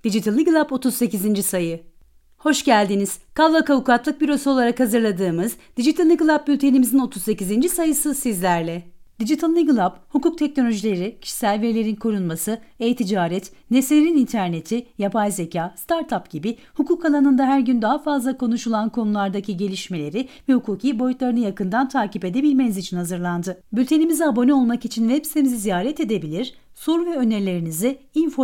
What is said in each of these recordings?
Digital Legal Hub 38. sayı. Hoş geldiniz. Kavlak Avukatlık Bürosu olarak hazırladığımız Digital Legal Hub bültenimizin 38. sayısı sizlerle. Digital Legal Hub, hukuk teknolojileri, kişisel verilerin korunması, e-ticaret, nesnelerin interneti, yapay zeka, startup gibi hukuk alanında her gün daha fazla konuşulan konulardaki gelişmeleri ve hukuki boyutlarını yakından takip edebilmeniz için hazırlandı. Bültenimize abone olmak için web sitemizi ziyaret edebilir, soru ve önerilerinizi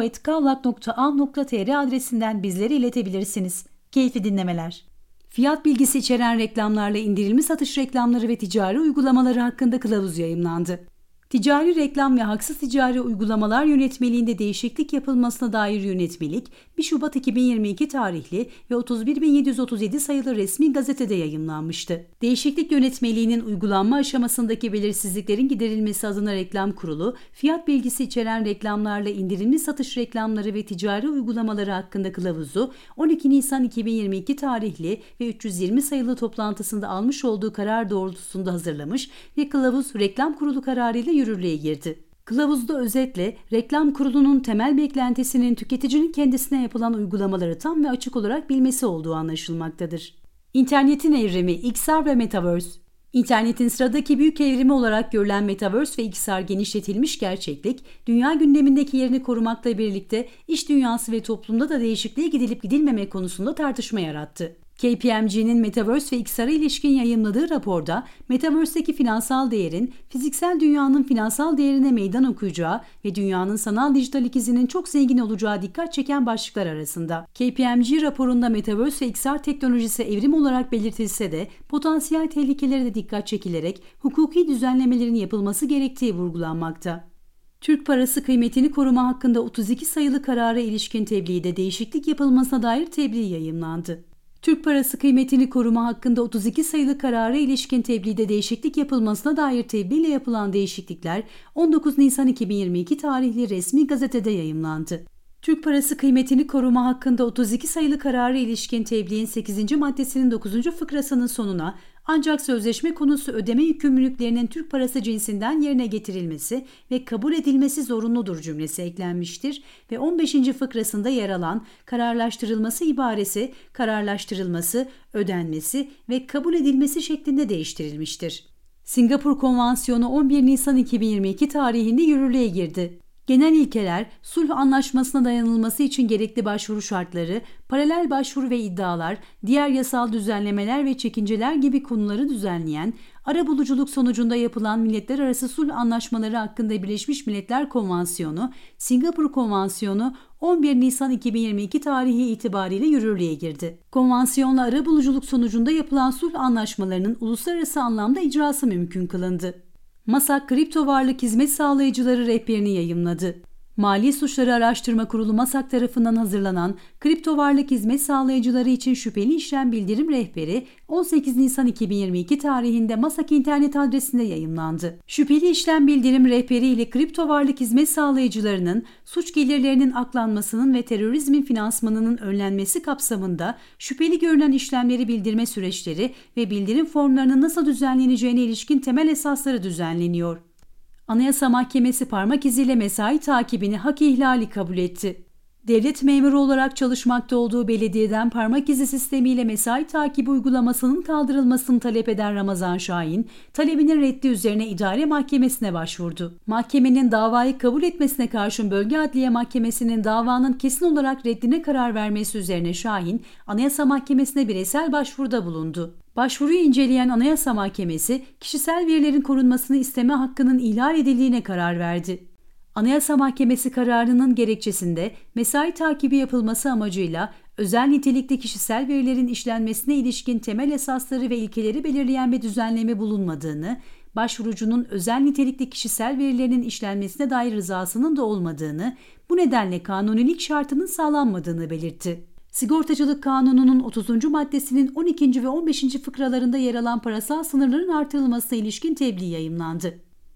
info@kavlak.a.tr adresinden bizlere iletebilirsiniz. Keyifli dinlemeler. Fiyat bilgisi içeren reklamlarla indirilmiş satış reklamları ve ticari uygulamaları hakkında kılavuz yayımlandı. Ticari reklam ve haksız ticari uygulamalar yönetmeliğinde değişiklik yapılmasına dair yönetmelik 1 Şubat 2022 tarihli ve 31.737 sayılı resmi gazetede yayımlanmıştı. Değişiklik yönetmeliğinin uygulanma aşamasındaki belirsizliklerin giderilmesi adına Reklam Kurulu, fiyat bilgisi içeren reklamlarla indirimli satış reklamları ve ticari uygulamaları hakkında kılavuzu 12 Nisan 2022 tarihli ve 320 sayılı toplantısında almış olduğu karar doğrultusunda hazırlamış ve kılavuz Reklam Kurulu kararıyla yürürlüğe girdi. Kılavuzda özetle Reklam Kurulu'nun temel beklentisinin tüketicinin kendisine yapılan uygulamaları tam ve açık olarak bilmesi olduğu anlaşılmaktadır. İnternetin evrimi, XR ve Metaverse. İnternetin sıradaki büyük evrimi olarak görülen Metaverse ve XR genişletilmiş gerçeklik, dünya gündemindeki yerini korumakla birlikte iş dünyası ve toplumda da değişikliğe gidilip gidilmeme konusunda tartışma yarattı. KPMG'nin Metaverse ve XR'a ilişkin yayımladığı raporda Metaverse'deki finansal değerin fiziksel dünyanın finansal değerine meydan okuyacağı ve dünyanın sanal dijital ikizinin çok zengin olacağı dikkat çeken başlıklar arasında. KPMG raporunda Metaverse ve XR teknolojisi evrim olarak belirtilse de potansiyel tehlikelere de dikkat çekilerek hukuki düzenlemelerin yapılması gerektiği vurgulanmakta. Türk parası kıymetini koruma hakkında 32 sayılı karara ilişkin tebliğde değişiklik yapılmasına dair tebliğ yayımlandı. Türk parası kıymetini koruma hakkında 32 sayılı karara ilişkin tebliğde değişiklik yapılmasına dair tebliğ ile yapılan değişiklikler 19 Nisan 2022 tarihli resmi gazetede yayımlandı. Türk parası kıymetini koruma hakkında 32 sayılı karara ilişkin tebliğin 8. maddesinin 9. fıkrasının sonuna ancak sözleşme konusu ödeme yükümlülüklerinin Türk parası cinsinden yerine getirilmesi ve kabul edilmesi zorunludur cümlesi eklenmiştir ve 15. fıkrasında yer alan kararlaştırılması ibaresi kararlaştırılması, ödenmesi ve kabul edilmesi şeklinde değiştirilmiştir. Singapur Konvansiyonu 11 Nisan 2022 tarihinde yürürlüğe girdi. Genel ilkeler, sulh anlaşmasına dayanılması için gerekli başvuru şartları, paralel başvuru ve iddialar, diğer yasal düzenlemeler ve çekinceler gibi konuları düzenleyen, arabuluculuk sonucunda yapılan milletler arası sulh anlaşmaları hakkında Birleşmiş Milletler Konvansiyonu, Singapur Konvansiyonu 11 Nisan 2022 tarihi itibariyle yürürlüğe girdi. Konvansiyonla arabuluculuk sonucunda yapılan sulh anlaşmalarının uluslararası anlamda icrası mümkün kılındı. MASAK Kripto Varlık Hizmet Sağlayıcıları rehberini yayımladı. Mali Suçları Araştırma Kurulu MASAK tarafından hazırlanan Kripto Varlık Hizmet Sağlayıcıları için şüpheli işlem bildirim rehberi 18 Nisan 2022 tarihinde MASAK internet adresinde yayımlandı. Şüpheli işlem bildirim rehberi ile kripto varlık hizmet sağlayıcılarının suç gelirlerinin aklanmasının ve terörizmin finansmanının önlenmesi kapsamında şüpheli görünen işlemleri bildirme süreçleri ve bildirim formlarının nasıl düzenleneceğine ilişkin temel esasları düzenleniyor. Anayasa Mahkemesi parmak iziyle mesai takibini hak ihlali kabul etti. Devlet memuru olarak çalışmakta olduğu belediyeden parmak izi sistemiyle mesai takibi uygulamasının kaldırılmasını talep eden Ramazan Şahin, talebinin reddi üzerine idare mahkemesine başvurdu. Mahkemenin davayı kabul etmesine karşın Bölge Adliye Mahkemesi'nin davanın kesin olarak reddine karar vermesi üzerine Şahin, Anayasa Mahkemesi'ne bireysel başvuruda bulundu. Başvuruyu inceleyen Anayasa Mahkemesi, kişisel verilerin korunmasını isteme hakkının ihlal edildiğine karar verdi. Anayasa Mahkemesi kararının gerekçesinde mesai takibi yapılması amacıyla özel nitelikli kişisel verilerin işlenmesine ilişkin temel esasları ve ilkeleri belirleyen bir düzenleme bulunmadığını, başvurucunun özel nitelikli kişisel verilerinin işlenmesine dair rızasının da olmadığını, bu nedenle kanunilik şartının sağlanmadığını belirtti. Sigortacılık Kanunu'nun 30. maddesinin 12. ve 15. fıkralarında yer alan parasal sınırların artırılmasına ilişkin tebliğ yayımlandı.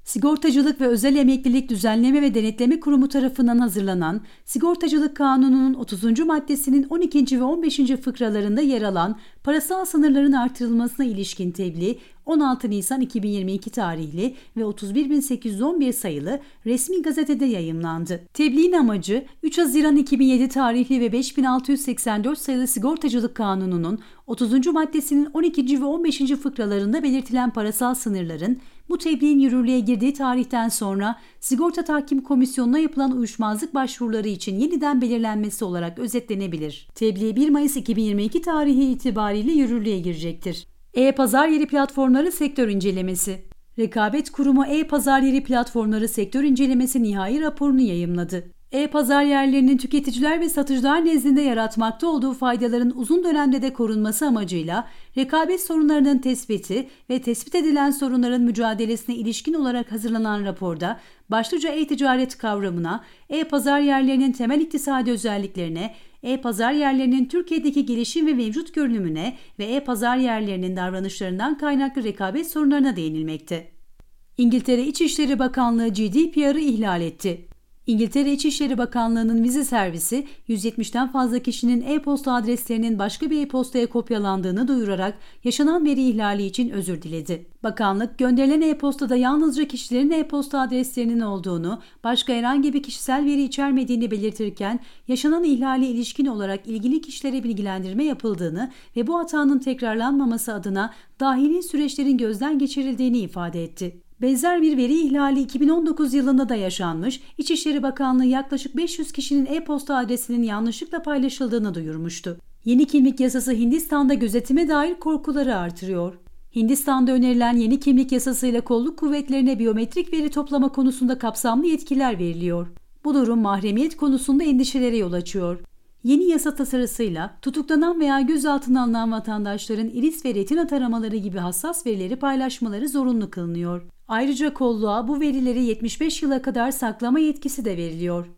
Sigortacılık ve Özel Emeklilik Düzenleme ve Denetleme Kurumu tarafından hazırlanan Sigortacılık Kanunu'nun 30. maddesinin 12. ve 15. fıkralarında yer alan parasal sınırların artırılmasına ilişkin tebliğ 16 Nisan 2022 tarihli ve 31.811 sayılı resmi gazetede yayımlandı. Tebliğin amacı 3 Haziran 2007 tarihli ve 5684 sayılı Sigortacılık Kanunu'nun 30. maddesinin 12. ve 15. fıkralarında belirtilen parasal sınırların bu tebliğin yürürlüğe girdiği tarihten sonra Sigorta Tahkim Komisyonu'na yapılan uyuşmazlık başvuruları için yeniden belirlenmesi olarak özetlenebilir. Tebliğ 1 Mayıs 2022 tarihi itibariyle yürürlüğe girecektir. E-Pazar Yeri Platformları Sektör İncelemesi. Rekabet Kurumu E-Pazar Yeri Platformları Sektör İncelemesi nihai raporunu yayımladı. E-pazar yerlerinin tüketiciler ve satıcılar nezdinde yaratmakta olduğu faydaların uzun dönemde de korunması amacıyla rekabet sorunlarının tespiti ve tespit edilen sorunların mücadelesine ilişkin olarak hazırlanan raporda başlıca e-ticaret kavramına, e-pazar yerlerinin temel iktisadi özelliklerine, e-pazar yerlerinin Türkiye'deki gelişim ve mevcut görünümüne ve e-pazar yerlerinin davranışlarından kaynaklı rekabet sorunlarına değinilmekte. İngiltere İçişleri Bakanlığı GDPR'ı ihlal etti. İngiltere İçişleri Bakanlığı'nın vize servisi 170'ten fazla kişinin e-posta adreslerinin başka bir e-postaya kopyalandığını duyurarak yaşanan veri ihlali için özür diledi. Bakanlık, gönderilen e-postada yalnızca kişilerin e-posta adreslerinin olduğunu, başka herhangi bir kişisel veri içermediğini belirtirken, yaşanan ihlale ilişkin olarak ilgili kişilere bilgilendirme yapıldığını ve bu hatanın tekrarlanmaması adına dahili süreçlerin gözden geçirildiğini ifade etti. Benzer bir veri ihlali 2019 yılında da yaşanmış, İçişleri Bakanlığı yaklaşık 500 kişinin e-posta adresinin yanlışlıkla paylaşıldığını duyurmuştu. Yeni kimlik yasası Hindistan'da gözetime dair korkuları artırıyor. Hindistan'da önerilen yeni kimlik yasasıyla kolluk kuvvetlerine biyometrik veri toplama konusunda kapsamlı yetkiler veriliyor. Bu durum mahremiyet konusunda endişelere yol açıyor. Yeni yasa tasarısıyla tutuklanan veya gözaltına alınan vatandaşların iris ve retina taramaları gibi hassas verileri paylaşmaları zorunlu kılınıyor. Ayrıca kolluğa bu verileri 75 yıla kadar saklama yetkisi de veriliyor.